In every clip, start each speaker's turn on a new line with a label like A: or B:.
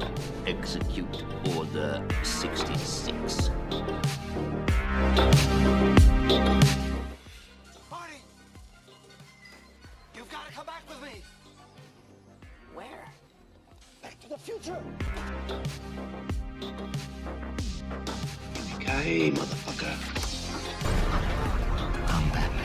A: Execute Order 66.
B: Marty! You've got to come back with me! Where? Back to the future!
A: Okay, motherfucker. I'm Batman.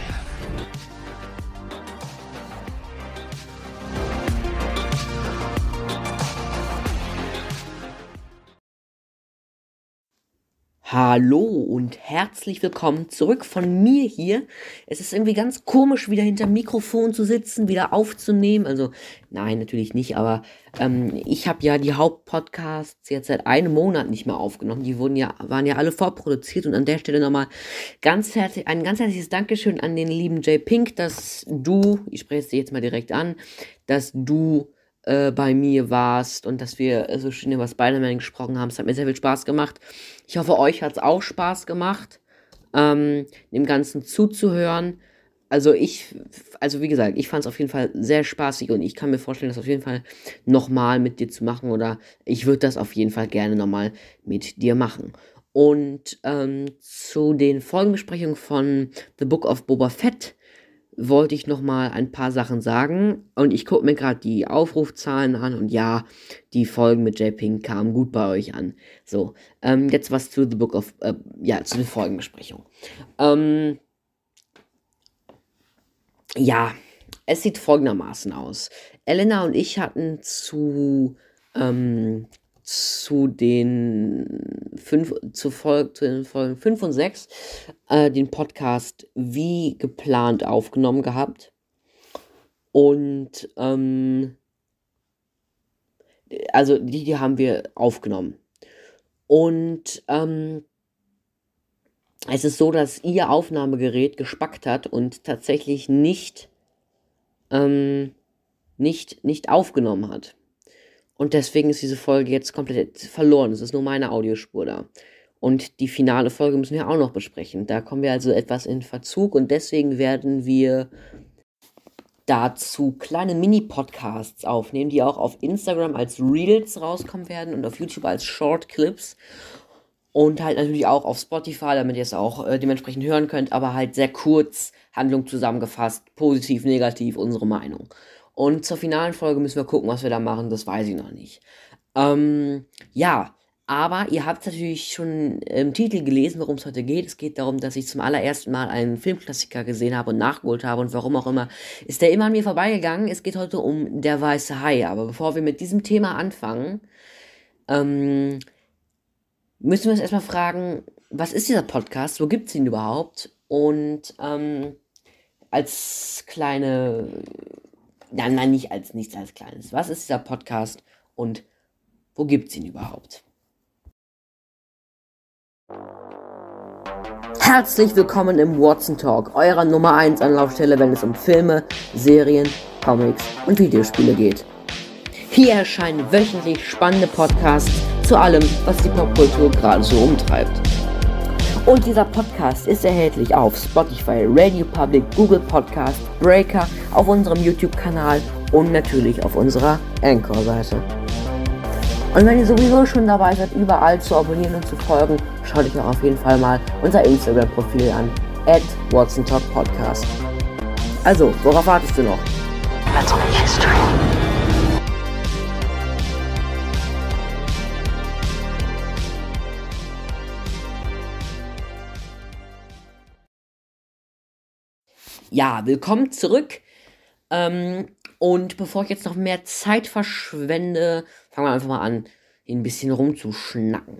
C: Hallo und herzlich willkommen zurück von mir hier. Es ist irgendwie ganz komisch, wieder hinterm Mikrofon zu sitzen, wieder aufzunehmen. Also, nein, natürlich nicht, aber ich habe ja die Hauptpodcasts jetzt seit einem Monat nicht mehr aufgenommen. Die waren ja alle vorproduziert und an der Stelle nochmal ein ganz herzliches Dankeschön an den lieben J. Pink, dass du, ich spreche es dir jetzt mal direkt an, dass du bei mir warst und dass wir so schön über Spider-Man gesprochen haben. Es hat mir sehr viel Spaß gemacht. Ich hoffe, euch hat es auch Spaß gemacht, dem Ganzen zuzuhören. Also wie gesagt, ich fand es auf jeden Fall sehr spaßig und ich kann mir vorstellen, das auf jeden Fall nochmal mit dir zu machen oder ich würde das auf jeden Fall gerne nochmal mit dir machen. Und zu den Folgenbesprechungen von The Book of Boba Fett wollte ich nochmal ein paar Sachen sagen. Und ich gucke mir gerade die Aufrufzahlen an und ja, die Folgen mit J-Pink kamen gut bei euch an. So, jetzt was zu The Book of, zu der Folgenbesprechung. Ja, es sieht folgendermaßen aus. Elena und ich hatten zu den Folgen 5 und 6 den Podcast wie geplant aufgenommen gehabt. Und also die haben wir aufgenommen. Und es ist so, dass ihr Aufnahmegerät gespackt hat und tatsächlich nicht aufgenommen hat. Und deswegen ist diese Folge jetzt komplett verloren. Es ist nur meine Audiospur da. Und die finale Folge müssen wir auch noch besprechen. Da kommen wir also etwas in Verzug und deswegen werden wir dazu kleine Mini-Podcasts aufnehmen, die auch auf Instagram als Reels rauskommen werden und auf YouTube als Short Clips. Und halt natürlich auch auf Spotify, damit ihr es auch dementsprechend hören könnt, aber halt sehr kurz, Handlung zusammengefasst, positiv, negativ, unsere Meinung. Und zur finalen Folge müssen wir gucken, was wir da machen, das weiß ich noch nicht. Ja, aber ihr habt natürlich schon im Titel gelesen, worum es heute geht. Es geht darum, dass ich zum allerersten Mal einen Filmklassiker gesehen habe und nachgeholt habe und warum auch immer, ist der immer an mir vorbeigegangen. Es geht heute um Der weiße Hai, aber bevor wir mit diesem Thema anfangen, müssen wir uns erstmal fragen, was ist dieser Podcast, wo gibt es ihn überhaupt? Und als kleine... Nein, nicht als nichts als Kleines. Was ist dieser Podcast und wo gibt's ihn überhaupt? Herzlich willkommen im Watson Talk, eurer Nummer 1 Anlaufstelle, wenn es um Filme, Serien, Comics und Videospiele geht. Hier erscheinen wöchentlich spannende Podcasts zu allem, was die Popkultur gerade so umtreibt. Und dieser Podcast ist erhältlich auf Spotify, Radio Public, Google Podcast, Breaker, auf unserem YouTube-Kanal und natürlich auf unserer Anchor-Seite. Und wenn ihr sowieso schon dabei seid, überall zu abonnieren und zu folgen, schaut euch auch auf jeden Fall mal unser Instagram-Profil an, @WatsonTalkPodcast. Also, worauf wartest du noch?
D: Let's make history.
C: Ja, willkommen zurück. Und bevor ich jetzt noch mehr Zeit verschwende, fangen wir einfach mal an, hier ein bisschen rumzuschnacken.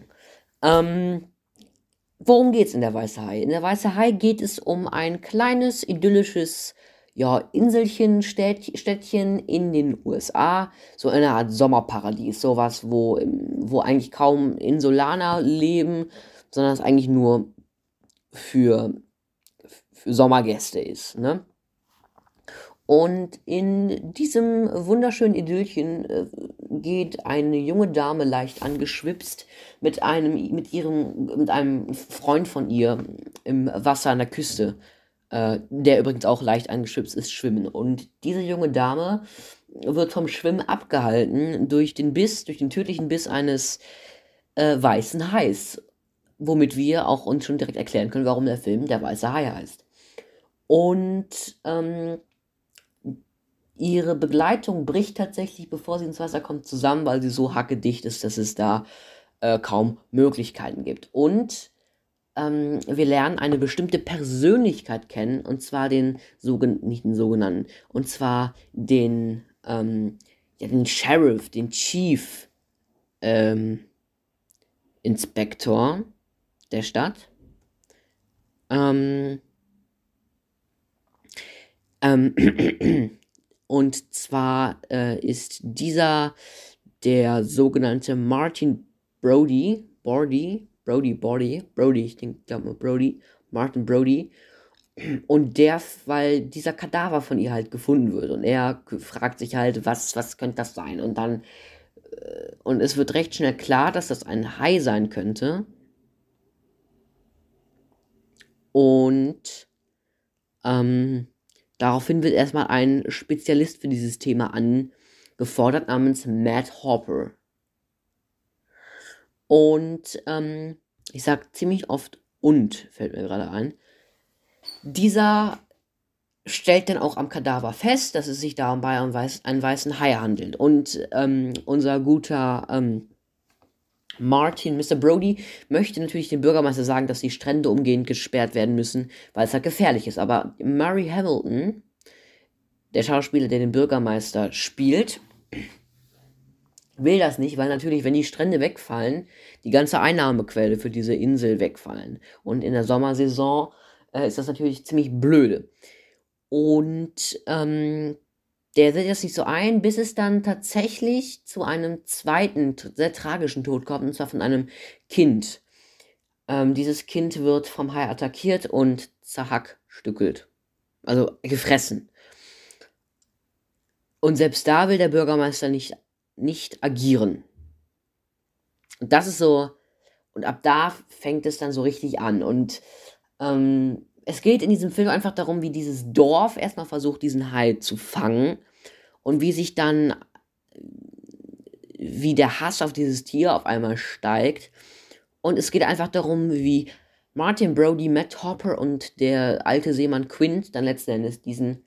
C: Worum geht's in Der weiße Hai? In Der weiße Hai geht es um ein kleines, idyllisches, Inselchen, Städtchen in den USA. So eine Art Sommerparadies. Sowas, wo eigentlich kaum Insulaner leben, sondern es eigentlich nur für Sommergäste ist, ne? Und in diesem wunderschönen Idyllchen geht eine junge Dame leicht angeschwipst mit einem Freund von ihr im Wasser an der Küste, der übrigens auch leicht angeschwipst ist, schwimmen. Und diese junge Dame wird vom Schwimmen abgehalten durch den tödlichen Biss eines weißen Hais. Womit wir auch uns schon direkt erklären können, warum der Film Der weiße Hai heißt. Und ihre Begleitung bricht tatsächlich, bevor sie ins Wasser kommt, zusammen, weil sie so hackedicht ist, dass es da kaum Möglichkeiten gibt. Und wir lernen eine bestimmte Persönlichkeit kennen, und zwar und zwar den Sheriff, den Chief Inspektor der Stadt. Und zwar ist dieser der sogenannte Martin Brody, ich glaube mal Brody, Martin Brody. Und weil dieser Kadaver von ihr halt gefunden wird. Und er fragt sich halt, was könnte das sein? Und es wird recht schnell klar, dass das ein Hai sein könnte. Und daraufhin wird erstmal ein Spezialist für dieses Thema angefordert, namens Matt Hopper. Und ich sag ziemlich oft fällt mir gerade ein. Dieser stellt dann auch am Kadaver fest, dass es sich dabei um einen weißen Hai handelt. Und unser guter Mr. Brody möchte natürlich dem Bürgermeister sagen, dass die Strände umgehend gesperrt werden müssen, weil es halt gefährlich ist. Aber Murray Hamilton, der Schauspieler, der den Bürgermeister spielt, will das nicht, weil natürlich, wenn die Strände wegfallen, die ganze Einnahmequelle für diese Insel wegfallen. Und in der Sommersaison ist das natürlich ziemlich blöde. Und der sieht das nicht so ein, bis es dann tatsächlich zu einem zweiten, sehr tragischen Tod kommt, und zwar von einem Kind. Dieses Kind wird vom Hai attackiert und zerhackstückelt. Also gefressen. Und selbst da will der Bürgermeister nicht agieren. Und das ist so, und ab da fängt es dann so richtig an. Und es geht in diesem Film einfach darum, wie dieses Dorf erstmal versucht, diesen Hai zu fangen und wie der Hass auf dieses Tier auf einmal steigt. Und es geht einfach darum, wie Martin Brody, Matt Hopper und der alte Seemann Quint dann letzten Endes diesen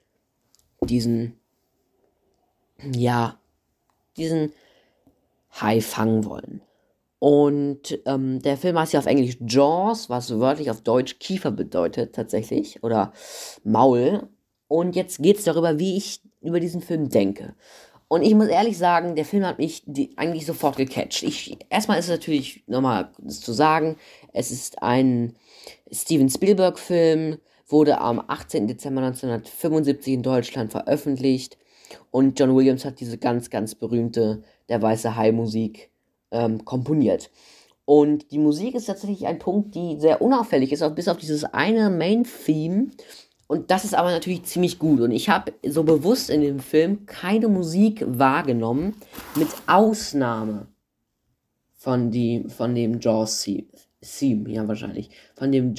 C: Hai fangen wollen. Und der Film heißt ja auf Englisch Jaws, was wörtlich auf Deutsch Kiefer bedeutet tatsächlich, oder Maul. Und jetzt geht es darüber, wie ich über diesen Film denke. Und ich muss ehrlich sagen, der Film hat mich eigentlich sofort gecatcht. Erstmal ist es natürlich, nochmal zu sagen, es ist ein Steven Spielberg-Film, wurde am 18. Dezember 1975 in Deutschland veröffentlicht. Und John Williams hat diese ganz, ganz berühmte Der weiße Hai-Musik komponiert. Und die Musik ist tatsächlich ein Punkt, die sehr unauffällig ist, auch bis auf dieses eine Main-Theme. Und das ist aber natürlich ziemlich gut. Und ich habe so bewusst in dem Film keine Musik wahrgenommen, mit Ausnahme von dem Jaws-Theme, ja wahrscheinlich. Von dem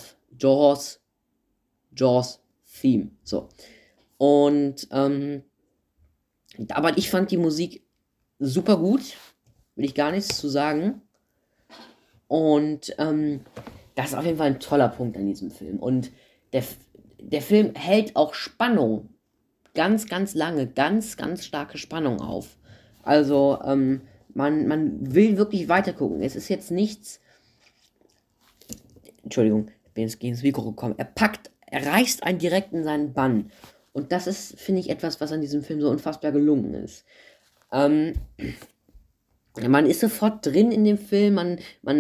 C: Jaws-Theme. So. Und, aber ich fand die Musik super gut. Will ich gar nichts zu sagen. Und das ist auf jeden Fall ein toller Punkt an diesem Film. Und der Film hält auch Spannung ganz, ganz lange, ganz, ganz starke Spannung auf. Also man will wirklich weitergucken. Es ist jetzt nichts... Entschuldigung, ich bin jetzt gegen das Mikro gekommen. Er reißt einen direkt in seinen Bann. Und das ist, finde ich, etwas, was an diesem Film so unfassbar gelungen ist. Man ist sofort drin in dem Film, man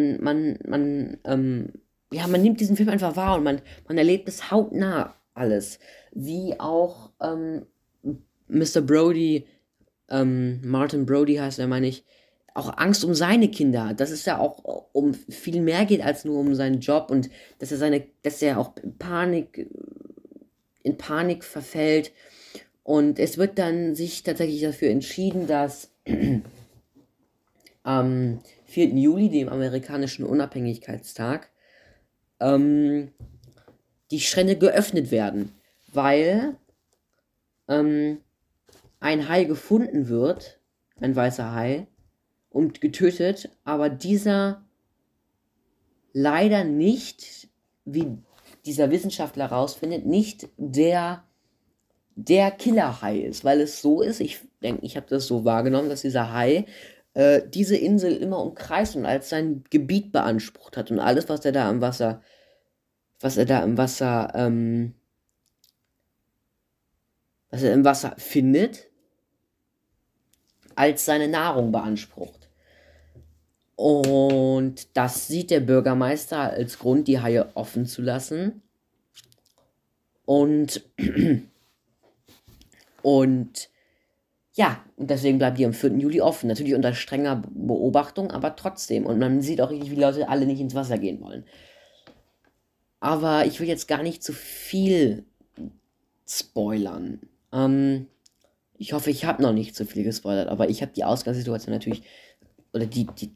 C: nimmt diesen Film einfach wahr und man erlebt es hautnah alles. Wie auch Mr. Brody, Martin Brody heißt er, meine ich, auch Angst um seine Kinder hat. Dass es ja auch um viel mehr geht als nur um seinen Job und dass er auch in Panik verfällt. Und es wird dann sich tatsächlich dafür entschieden, dass am 4. Juli, dem amerikanischen Unabhängigkeitstag, die Strände geöffnet werden, weil ein Hai gefunden wird, ein weißer Hai, und getötet, aber dieser leider nicht, wie dieser Wissenschaftler rausfindet, nicht der Killerhai ist, weil es so ist, ich denke, ich habe das so wahrgenommen, dass dieser Hai diese Insel immer umkreist und als sein Gebiet beansprucht hat und alles, was er da im Wasser, was er da im Wasser, was er im Wasser findet, als seine Nahrung beansprucht. Und das sieht der Bürgermeister als Grund, die Haie offen zu lassen. Und ja, und deswegen bleibt die am 4. Juli offen. Natürlich unter strenger Beobachtung, aber trotzdem. Und man sieht auch richtig, wie die Leute alle nicht ins Wasser gehen wollen. Aber ich will jetzt gar nicht zu viel spoilern. Ich hoffe, ich habe noch nicht zu viel gespoilert, aber ich habe die Ausgangssituation natürlich, oder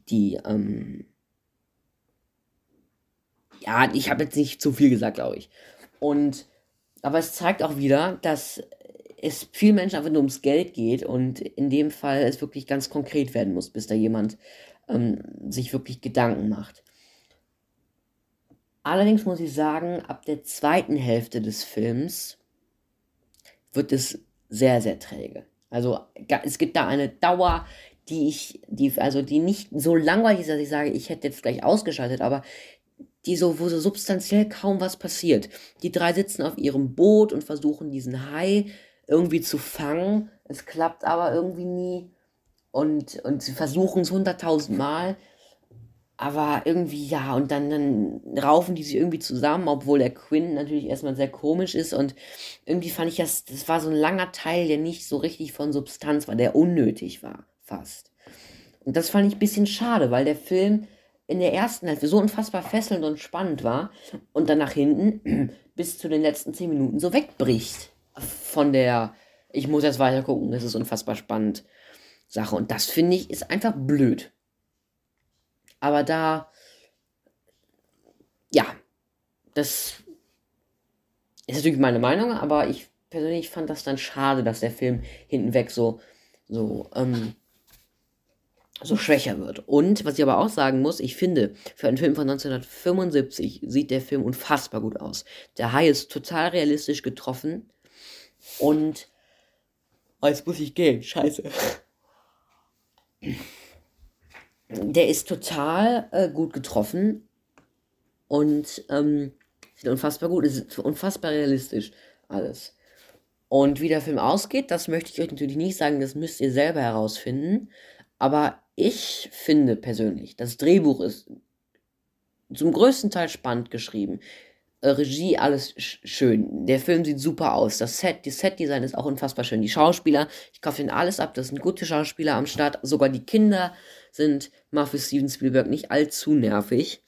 C: ja, ich habe jetzt nicht zu viel gesagt, glaube ich. Aber es zeigt auch wieder, dass es vielen Menschen einfach nur ums Geld geht und in dem Fall es wirklich ganz konkret werden muss, bis da jemand sich wirklich Gedanken macht. Allerdings muss ich sagen, ab der zweiten Hälfte des Films wird es sehr, sehr träge. Also es gibt da eine Dauer, die nicht so langweilig ist, dass ich sage, ich hätte jetzt gleich ausgeschaltet, aber wo so substanziell kaum was passiert. Die drei sitzen auf ihrem Boot und versuchen diesen Hai irgendwie zu fangen. Es klappt aber irgendwie nie. Und sie versuchen es 100.000 Mal. Aber irgendwie, ja, und dann raufen die sich irgendwie zusammen, obwohl der Quinn natürlich erstmal sehr komisch ist. Und irgendwie fand ich das war so ein langer Teil, der nicht so richtig von Substanz war, der unnötig war, fast. Und das fand ich ein bisschen schade, weil der Film in der ersten Hälfte so unfassbar fesselnd und spannend war und dann nach hinten bis zu den letzten 10 Minuten so wegbricht von der, ich muss jetzt weiter gucken, das ist unfassbar spannend, Sache. Und das, finde ich, ist einfach blöd. Aber ja, das ist natürlich meine Meinung, aber ich persönlich fand das dann schade, dass der Film hinten weg so schwächer wird. Und, was ich aber auch sagen muss, ich finde, für einen Film von 1975 sieht der Film unfassbar gut aus. Der Hai ist total realistisch getroffen und jetzt muss ich gehen, scheiße. Der ist total gut getroffen und sieht unfassbar gut, ist unfassbar realistisch alles. Und wie der Film ausgeht, das möchte ich euch natürlich nicht sagen, das müsst ihr selber herausfinden. Aber ich finde persönlich, das Drehbuch ist zum größten Teil spannend geschrieben. Regie, alles schön. Der Film sieht super aus. Das Set-Design ist auch unfassbar schön. Die Schauspieler, ich kaufe ihnen alles ab. Das sind gute Schauspieler am Start. Sogar die Kinder sind mal für Steven Spielberg nicht allzu nervig.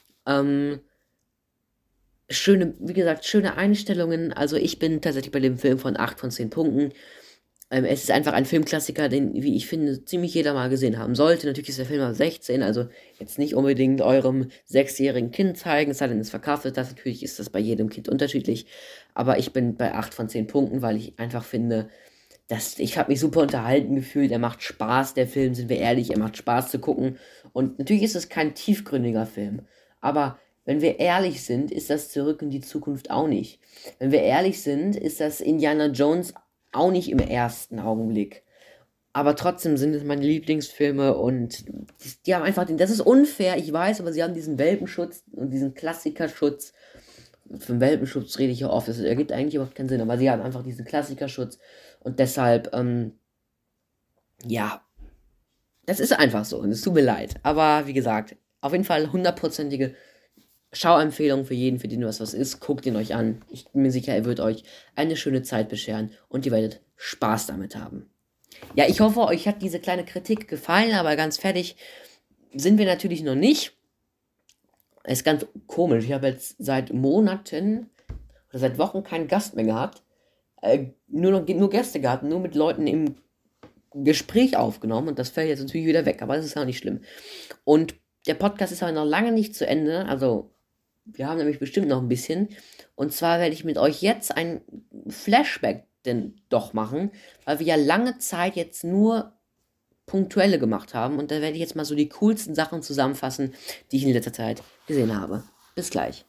C: Wie gesagt, schöne Einstellungen. Also ich bin tatsächlich bei dem Film von 8 von 10 Punkten. Es ist einfach ein Filmklassiker, den, wie ich finde, ziemlich jeder mal gesehen haben sollte. Natürlich ist der Film ab 16, also jetzt nicht unbedingt eurem 6-jährigen Kind zeigen, es sei denn, es verkauft das. Natürlich ist das bei jedem Kind unterschiedlich. Aber ich bin bei 8 von 10 Punkten, weil ich einfach finde, ich habe mich super unterhalten gefühlt. Er macht Spaß, der Film, sind wir ehrlich, er macht Spaß zu gucken. Und natürlich ist es kein tiefgründiger Film. Aber wenn wir ehrlich sind, ist das Zurück in die Zukunft auch nicht. Wenn wir ehrlich sind, ist das Indiana Jones auch nicht im ersten Augenblick. Aber trotzdem sind es meine Lieblingsfilme und die haben einfach das ist unfair, ich weiß, aber sie haben diesen Welpenschutz und diesen Klassikerschutz. Für den Welpenschutz rede ich ja oft, das ergibt eigentlich überhaupt keinen Sinn, aber sie haben einfach diesen Klassikerschutz und deshalb, ja, das ist einfach so und es tut mir leid. Aber wie gesagt, auf jeden Fall 100%ige Schauempfehlung für jeden, für den was ist. Guckt ihn euch an. Ich bin mir sicher, er wird euch eine schöne Zeit bescheren und ihr werdet Spaß damit haben. Ja, ich hoffe, euch hat diese kleine Kritik gefallen, aber ganz fertig sind wir natürlich noch nicht. Es ist ganz komisch. Ich habe jetzt seit Monaten oder seit Wochen keinen Gast mehr gehabt. Nur Gäste gehabt, nur mit Leuten im Gespräch aufgenommen und das fällt jetzt natürlich wieder weg, aber das ist auch nicht schlimm. Und der Podcast ist aber noch lange nicht zu Ende, also wir haben nämlich bestimmt noch ein bisschen. Und zwar werde ich mit euch jetzt ein Flashback denn doch machen, weil wir ja lange Zeit jetzt nur punktuelle gemacht haben und da werde ich jetzt mal so die coolsten Sachen zusammenfassen, die ich in letzter Zeit gesehen habe. Bis gleich.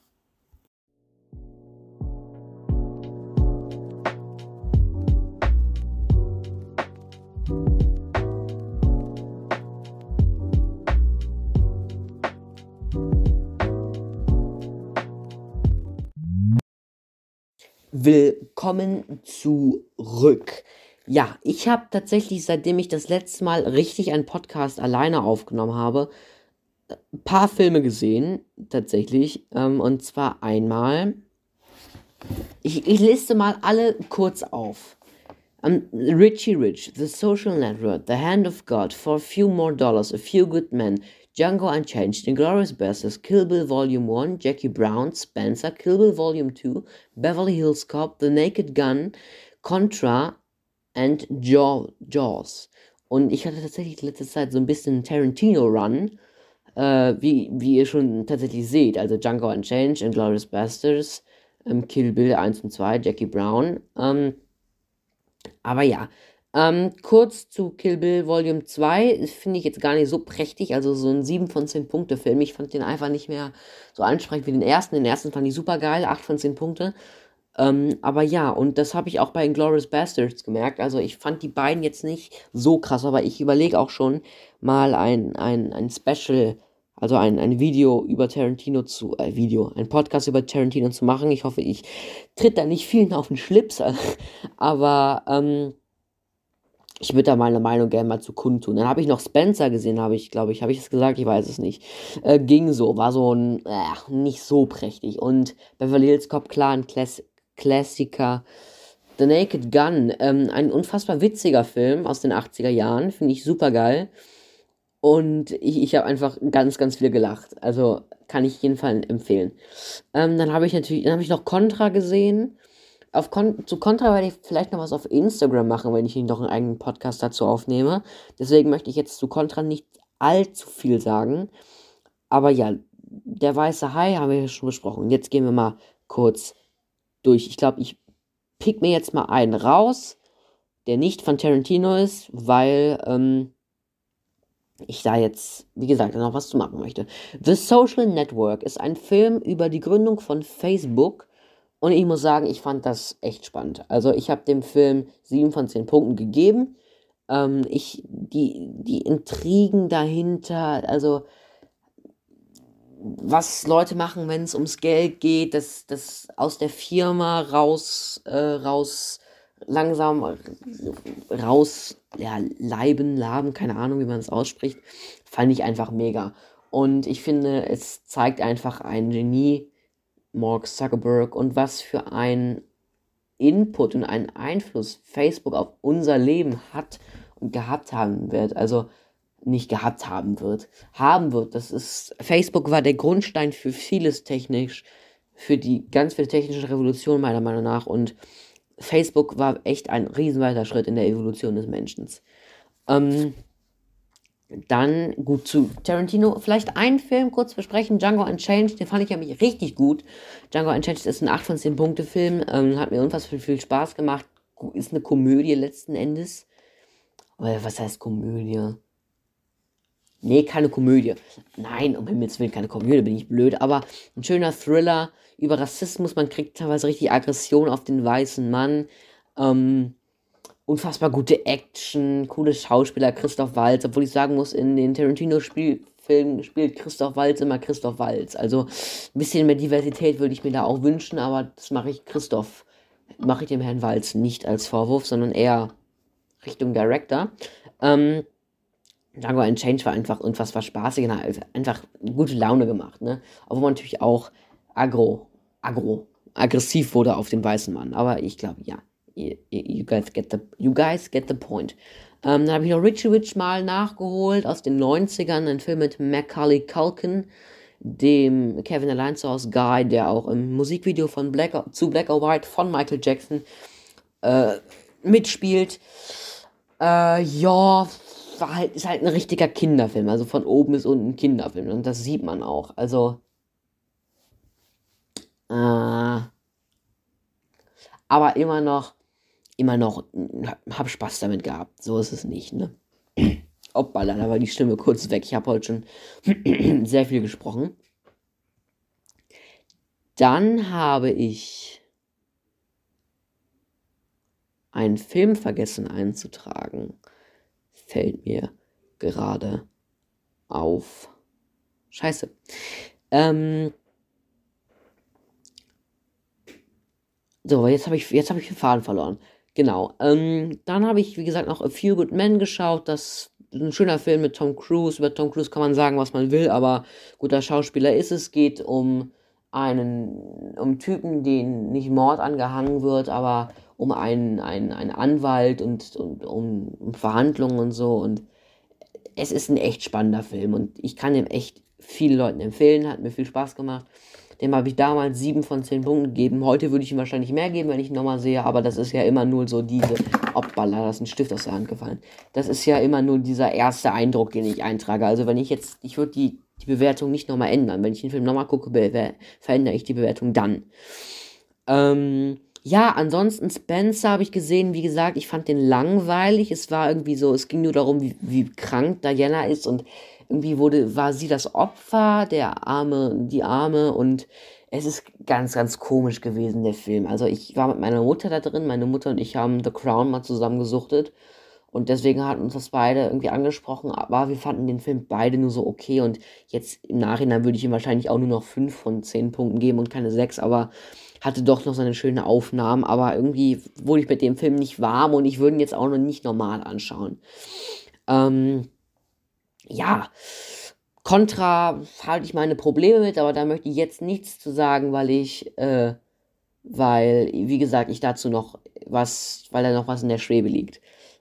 C: Willkommen zurück. Ja, ich habe tatsächlich, seitdem ich das letzte Mal richtig einen Podcast alleine aufgenommen habe, ein paar Filme gesehen, tatsächlich. Und zwar einmal. Ich liste mal alle kurz auf. Richie Rich, The Social Network, The Hand of God, For a Few More Dollars, A Few Good Men, Django Unchanged, Inglourious Basterds, Kill Bill Volume 1, Jackie Brown, Spencer, Kill Bill Volume 2, Beverly Hills Cop, The Naked Gun, Contra and Jaws. Und ich hatte tatsächlich letzte Zeit so ein bisschen Tarantino-Run, wie ihr schon tatsächlich seht. Also Django Unchanged, Inglourious Basterds, Kill Bill 1 und 2, Jackie Brown. Aber ja, kurz zu Kill Bill Volume 2 finde ich jetzt gar nicht so prächtig, also so ein 7 von 10 Punkte Film. Ich fand den einfach nicht mehr so ansprechend wie den ersten. Den ersten fand ich super geil, 8 von 10 Punkte. Aber ja, und das habe ich auch bei Inglourious Basterds gemerkt. Also ich fand die beiden jetzt nicht so krass, aber ich überlege auch schon mal ein Special, also ein Video über Tarantino ein Podcast über Tarantino zu machen. Ich hoffe, ich tritt da nicht vielen auf den Schlips, aber ich würde da meine Meinung gerne mal zu kundtun. Dann habe ich noch Spencer gesehen, habe ich es gesagt, ich weiß es nicht. Ging so, war so ein, nicht so prächtig. Und Beverly Hills Cop, klar, ein Klassiker. The Naked Gun, ein unfassbar witziger Film aus den 80er Jahren, finde ich super geil. Und ich habe einfach ganz, ganz viel gelacht. Also kann ich jedenfalls empfehlen. Dann habe ich noch Contra gesehen. Zu Contra werde ich vielleicht noch was auf Instagram machen, wenn ich noch einen eigenen Podcast dazu aufnehme. Deswegen möchte ich jetzt zu Contra nicht allzu viel sagen. Aber ja, der weiße Hai haben wir ja schon besprochen. Jetzt gehen wir mal kurz durch. Ich glaube, ich pick mir jetzt mal einen raus, der nicht von Tarantino ist, weil ich da jetzt, wie gesagt, noch was zu machen möchte. The Social Network ist ein Film über die Gründung von Facebook. Und ich muss sagen, ich fand das echt spannend. Also ich habe dem Film 7 von 10 Punkten gegeben. Die Intrigen dahinter, also was Leute machen, wenn es ums Geld geht, das aus der Firma langsam raus, ja, laben, keine Ahnung, wie man es ausspricht, fand ich einfach mega. Und ich finde, es zeigt einfach ein Genie, Mark Zuckerberg, und was für ein Input und einen Einfluss Facebook auf unser Leben hat und gehabt haben wird. Also nicht gehabt haben wird. Facebook war der Grundstein für vieles technisch, für die ganz viele technische Revolution meiner Meinung nach, und Facebook war echt ein riesenweiter Schritt in der Evolution des Menschen. Dann gut zu Tarantino. Vielleicht einen Film kurz besprechen. Django Unchained, den fand ich nämlich richtig gut. Django Unchained ist ein 8 von 10 Punkte Film. Hat mir unfassbar viel Spaß gemacht. Ist eine Komödie letzten Endes. Oder was heißt Komödie? Nee, keine Komödie. Nein, um Himmels Willen, keine Komödie, bin ich blöd. Aber ein schöner Thriller über Rassismus. Man kriegt teilweise richtig Aggression auf den weißen Mann. Unfassbar gute Action, coole Schauspieler, Christoph Waltz, obwohl ich sagen muss, in den Tarantino-Filmen spielt Christoph Waltz immer Christoph Waltz. Also ein bisschen mehr Diversität würde ich mir da auch wünschen, aber das mache ich dem Herrn Waltz nicht als Vorwurf, sondern eher Richtung Director. Django Unchained war einfach unfassbar spaßig, also einfach gute Laune gemacht, ne? Obwohl man natürlich auch aggressiv wurde auf den weißen Mann, aber ich glaube, ja. You guys get the point. Dann habe ich noch Richie Rich mal nachgeholt aus den 90ern, ein Film mit Macaulay Culkin, dem Kevin Allein zu Hause Guy, der auch im Musikvideo von Black or White von Michael Jackson mitspielt. Ja, ist halt ein richtiger Kinderfilm, also von oben bis unten ein Kinderfilm, und das sieht man auch. Also aber immer noch immer noch, hab Spaß damit gehabt. So ist es nicht, ne? Hoppala, da war die Stimme kurz weg. Ich habe heute schon sehr viel gesprochen. Dann habe ich einen Film vergessen einzutragen. Fällt mir gerade auf. Scheiße. So, jetzt habe ich den Faden verloren. Genau. Dann habe ich, wie gesagt, noch A Few Good Men geschaut. Das ist ein schöner Film mit Tom Cruise. Über Tom Cruise kann man sagen, was man will, aber guter Schauspieler ist es. Geht um einen Typen, den nicht Mord angehangen wird, aber um einen Anwalt und um Verhandlungen und so. Und es ist ein echt spannender Film und ich kann den echt vielen Leuten empfehlen. Hat mir viel Spaß gemacht. Dem habe ich damals 7 von 10 Punkten gegeben. Heute würde ich ihm wahrscheinlich mehr geben, wenn ich ihn nochmal sehe, aber das ist ja immer nur so diese... Hoppala, da ist ein Stift aus der Hand gefallen. Das ist ja immer nur dieser erste Eindruck, den ich eintrage. Also wenn ich würde die Bewertung nicht nochmal ändern. Wenn ich den Film nochmal gucke, verändere ich die Bewertung dann. Ja, ansonsten Spencer habe ich gesehen, wie gesagt, ich fand den langweilig. Es war irgendwie so, es ging nur darum, wie krank Diana ist und irgendwie war sie das Opfer, die Arme und es ist ganz, ganz komisch gewesen, der Film. Also ich war mit meiner Mutter da drin, meine Mutter und ich haben The Crown mal zusammen gesuchtet und deswegen hat uns das beide irgendwie angesprochen, aber wir fanden den Film beide nur so okay und jetzt im Nachhinein würde ich ihm wahrscheinlich auch nur noch 5 von 10 Punkten geben und keine 6, aber hatte doch noch seine schönen Aufnahmen, aber irgendwie wurde ich mit dem Film nicht warm und ich würde ihn jetzt auch noch nicht normal anschauen. Ja, Contra halte ich meine Probleme mit, aber da möchte ich jetzt nichts zu sagen, weil, wie gesagt, ich dazu noch weil da noch was in der Schwebe liegt.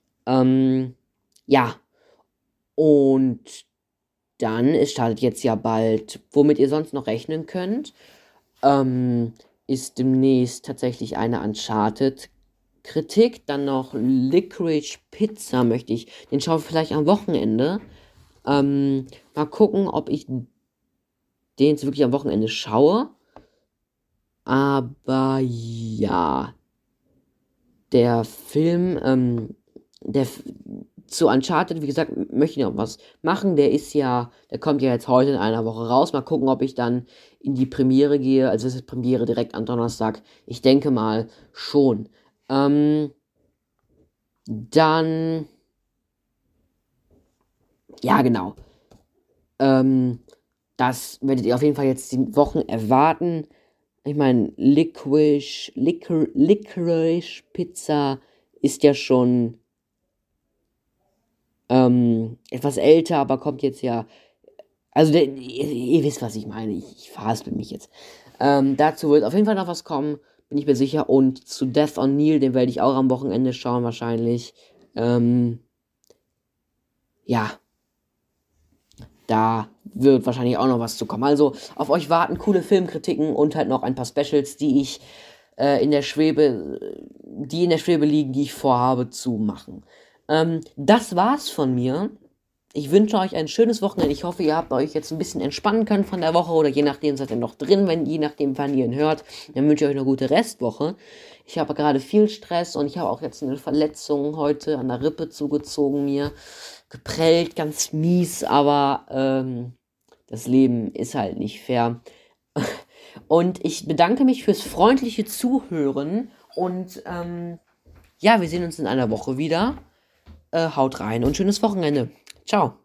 C: Ja, und dann, es startet jetzt ja bald, womit ihr sonst noch rechnen könnt, ist demnächst tatsächlich eine Uncharted-Kritik, dann noch Licorice Pizza den schaue ich vielleicht am Wochenende. Mal gucken, ob ich den jetzt wirklich am Wochenende schaue. Aber ja, der Film, zu Uncharted, wie gesagt, möchte ich noch was machen. Der kommt ja jetzt heute in einer Woche raus. Mal gucken, ob ich dann in die Premiere gehe. Also es ist Premiere direkt am Donnerstag. Ich denke mal schon. Dann... Ja, genau. Das werdet ihr auf jeden Fall jetzt die Wochen erwarten. Ich meine, Licorice Pizza ist ja schon etwas älter, aber kommt jetzt ja... Also, ihr wisst, was ich meine. Ich verhaspel mich jetzt. Dazu wird auf jeden Fall noch was kommen, bin ich mir sicher. Und zu Death on Neil, den werde ich auch am Wochenende schauen, wahrscheinlich. Ja. Da wird wahrscheinlich auch noch was zu kommen. Also, auf euch warten coole Filmkritiken und halt noch ein paar Specials, die in der Schwebe liegen, die ich vorhabe zu machen. Das war's von mir. Ich wünsche euch ein schönes Wochenende. Ich hoffe, ihr habt euch jetzt ein bisschen entspannen können von der Woche oder je nachdem seid ihr noch drin, je nachdem, wann ihr ihn hört. Dann wünsche ich euch eine gute Restwoche. Ich habe gerade viel Stress und ich habe auch jetzt eine Verletzung heute an der Rippe zugezogen mir. Geprellt, ganz mies, aber das Leben ist halt nicht fair. Und ich bedanke mich fürs freundliche Zuhören und ja, wir sehen uns in einer Woche wieder. Haut rein und schönes Wochenende. Ciao.